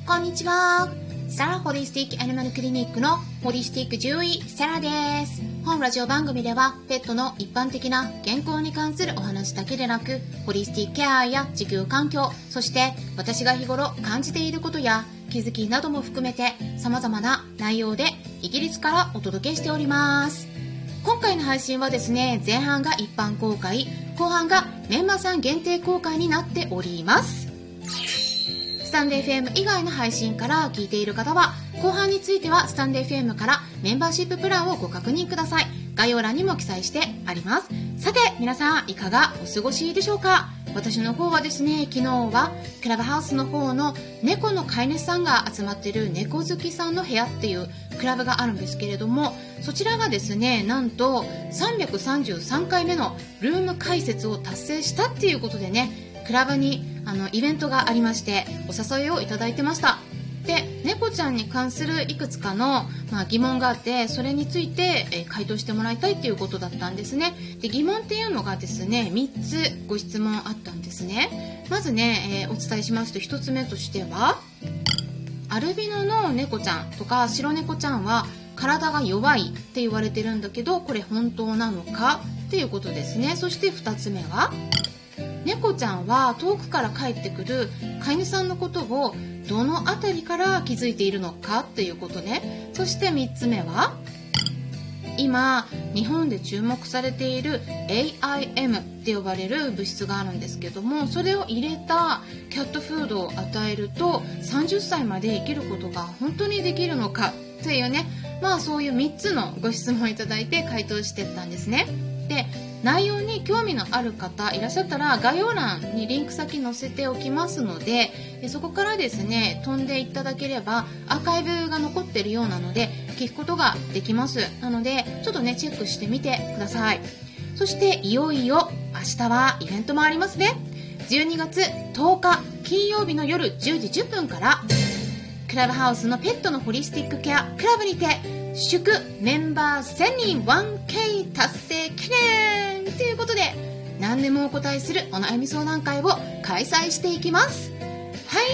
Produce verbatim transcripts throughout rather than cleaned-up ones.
こんにちは。サラホリスティックアニマルクリニックのホリスティック獣医サラです。本ラジオ番組ではペットの一般的な健康に関するお話だけでなく、ホリスティックケアや地球環境、そして私が日頃感じていることや気づきなども含めて様々な内容でイギリスからお届けしております。今回の配信はですね、前半が一般公開、後半がメンバーさん限定公開になっております。スタンド エフエム 以外の配信から聞いている方は、後半についてはスタンド エフエム からメンバーシッププランをご確認ください。概要欄にも記載してあります。さて皆さんいかがお過ごしでしょうか。私の方はですね、昨日はクラブハウスの方の猫の飼い主さんが集まっている猫好きさんの部屋っていうクラブがあるんですけれども、そちらがですね、なんとさんびゃくさんじゅうさんかいめのルーム開設を達成したっていうことでね、クラブにあのイベントがありましてお誘いをいただいてました。で、猫ちゃんに関するいくつかの、まあ、疑問があって、それについて、えー、回答してもらいたいっていうことだったんですね。で、疑問っていうのがですね、みっつご質問あったんですね。まずね、えー、お伝えしますと、ひとつめとしては、アルビノの猫ちゃんとか白猫ちゃんは体が弱いって言われてるんだけど、これ本当なのかっていうことですね。そしてふたつめは、猫ちゃんは遠くから帰ってくる飼い主さんのことをどのあたりから気づいているのかっていうことね。そしてみっつめは、今日本で注目されている エーアイエム って呼ばれる物質があるんですけども、それを入れたキャットフードを与えるとさんじゅっさいまで生きることが本当にできるのかというね、まあそういうみっつのご質問いただいて回答してったんですね。で、内容に興味のある方いらっしゃったら概要欄にリンク先載せておきますので、そこからですね飛んでいただければアーカイブが残っているようなので聞くことができます。なのでちょっとねチェックしてみてください。そしていよいよ明日はイベントもありますね。じゅうにがつとおか金曜日の夜じゅうじじゅっぷんからクラブハウスのペットのホリスティックケアクラブにて祝メンバーせんにん ワンケー 達成記念ということで、何でもお答えするお悩み相談会を開催していきます。はい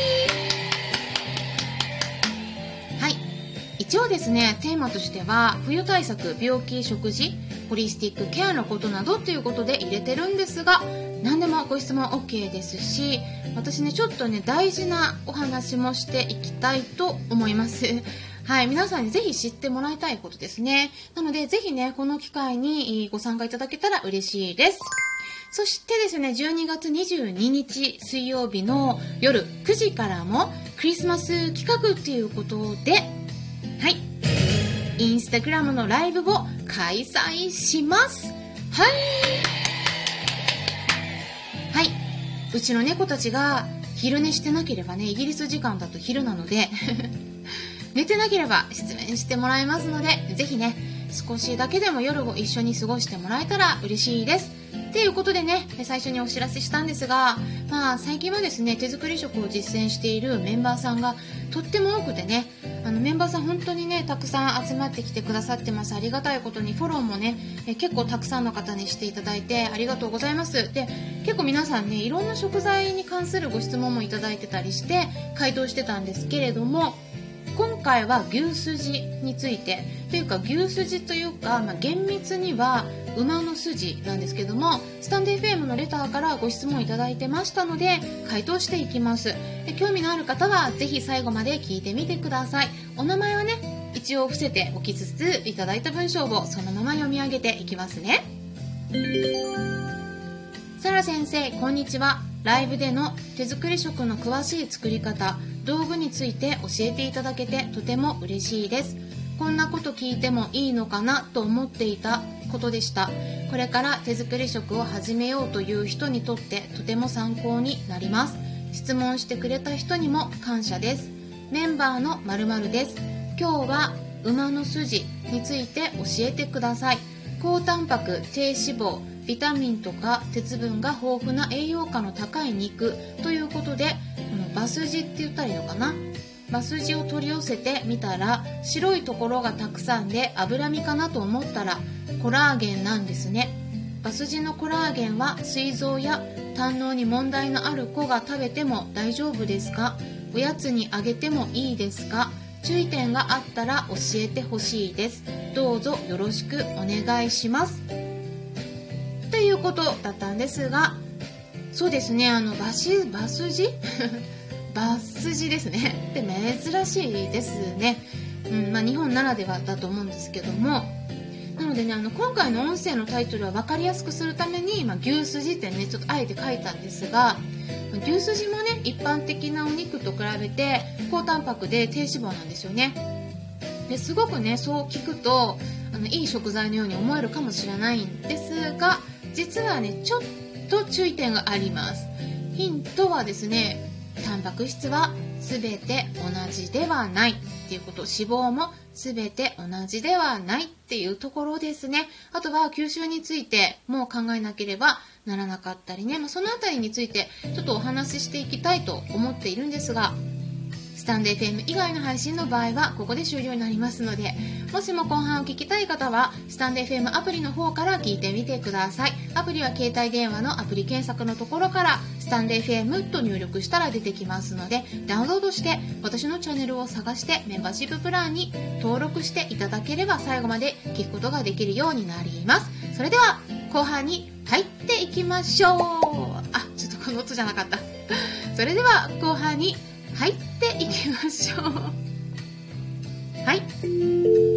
はい、一応ですね、テーマとしては冬対策、病気、食事、ホリスティックケアのことなどということで入れてるんですが、何でもご質問 OK ですし、私ねちょっとね大事なお話もしていきたいと思います。はい、皆さんにぜひ知ってもらいたいことですね。なのでぜひねこの機会にご参加いただけたら嬉しいです。そしてですね、じゅうにがつにじゅうににち水曜日の夜くじからもクリスマス企画っていうことで、はい、インスタグラムのライブを開催します。はいはい、うちの猫たちが昼寝してなければね、イギリス時間だと昼なので寝てなければ出演してもらえますので、ぜひね少しだけでも夜を一緒に過ごしてもらえたら嬉しいです。ということでね、最初にお知らせしたんですが、まあ最近はですね手作り食を実践しているメンバーさんがとっても多くてね、あのメンバーさん本当にねたくさん集まってきてくださってます。ありがたいことにフォローもねえ結構たくさんの方にしていただいてありがとうございます。で、結構皆さんねいろんな食材に関するご質問もいただいてたりして回答してたんですけれども、今回は牛すじについてというか、牛すじというか、まあ、厳密には馬の筋なんですけども、スタンド エフエム のレターからご質問いただいてましたので回答していきます。で、興味のある方はぜひ最後まで聞いてみてください。お名前はね一応伏せておきつつ、いただいた文章をそのまま読み上げていきますね。サラ先生、こんにちは。ライブでの手作り食の詳しい作り方、道具について教えていただけてとても嬉しいです。こんなこと聞いてもいいのかなと思っていたことでした。これから手作り食を始めようという人にとってとても参考になります。質問してくれた人にも感謝です。メンバーの〇〇です。今日は馬の筋について教えてください。高タンパク、低脂肪、ビタミンとか鉄分が豊富な栄養価の高い肉ということで、この馬筋って言ったらいいのかな、馬筋を取り寄せてみたら白いところがたくさんで脂身かなと思ったらコラーゲンなんですね。馬筋のコラーゲンは膵臓や胆のうに問題のある子が食べても大丈夫ですか？おやつにあげてもいいですか？注意点があったら教えてほしいです。どうぞよろしくお願いします。ということだったんですが、そうですね、あのバシバスジバスジですねで珍しいですね、うんまあ、日本ならではだと思うんですけども、なのでね、あの今回の音声のタイトルは分かりやすくするために、まあ、牛すじってねちょっとあえて書いたんですが、牛すじもね一般的なお肉と比べて高タンパクで低脂肪なんですよね。ですごくねそう聞くとあのいい食材のように思えるかもしれないんですが、実はねちょっと注意点があります。ヒントはですね、タンパク質は全て同じではないっていうこと、脂肪も全て同じではないっていうところですね。あとは吸収についても考えなければならなかったりね、まあ、そのあたりについてちょっとお話ししていきたいと思っているんですが、スタンド エフエム 以外の配信の場合はここで終了になりますので、もしも後半を聞きたい方はスタンド エフエム アプリの方から聞いてみてください。アプリは携帯電話のアプリ検索のところからスタンド エフエム と入力したら出てきますので、ダウンロードして私のチャンネルを探してメンバーシッププランに登録していただければ最後まで聞くことができるようになります。それでは後半に入っていきましょう。あ、ちょっとこの音じゃなかったそれでは後半に入っていきましょう。はい。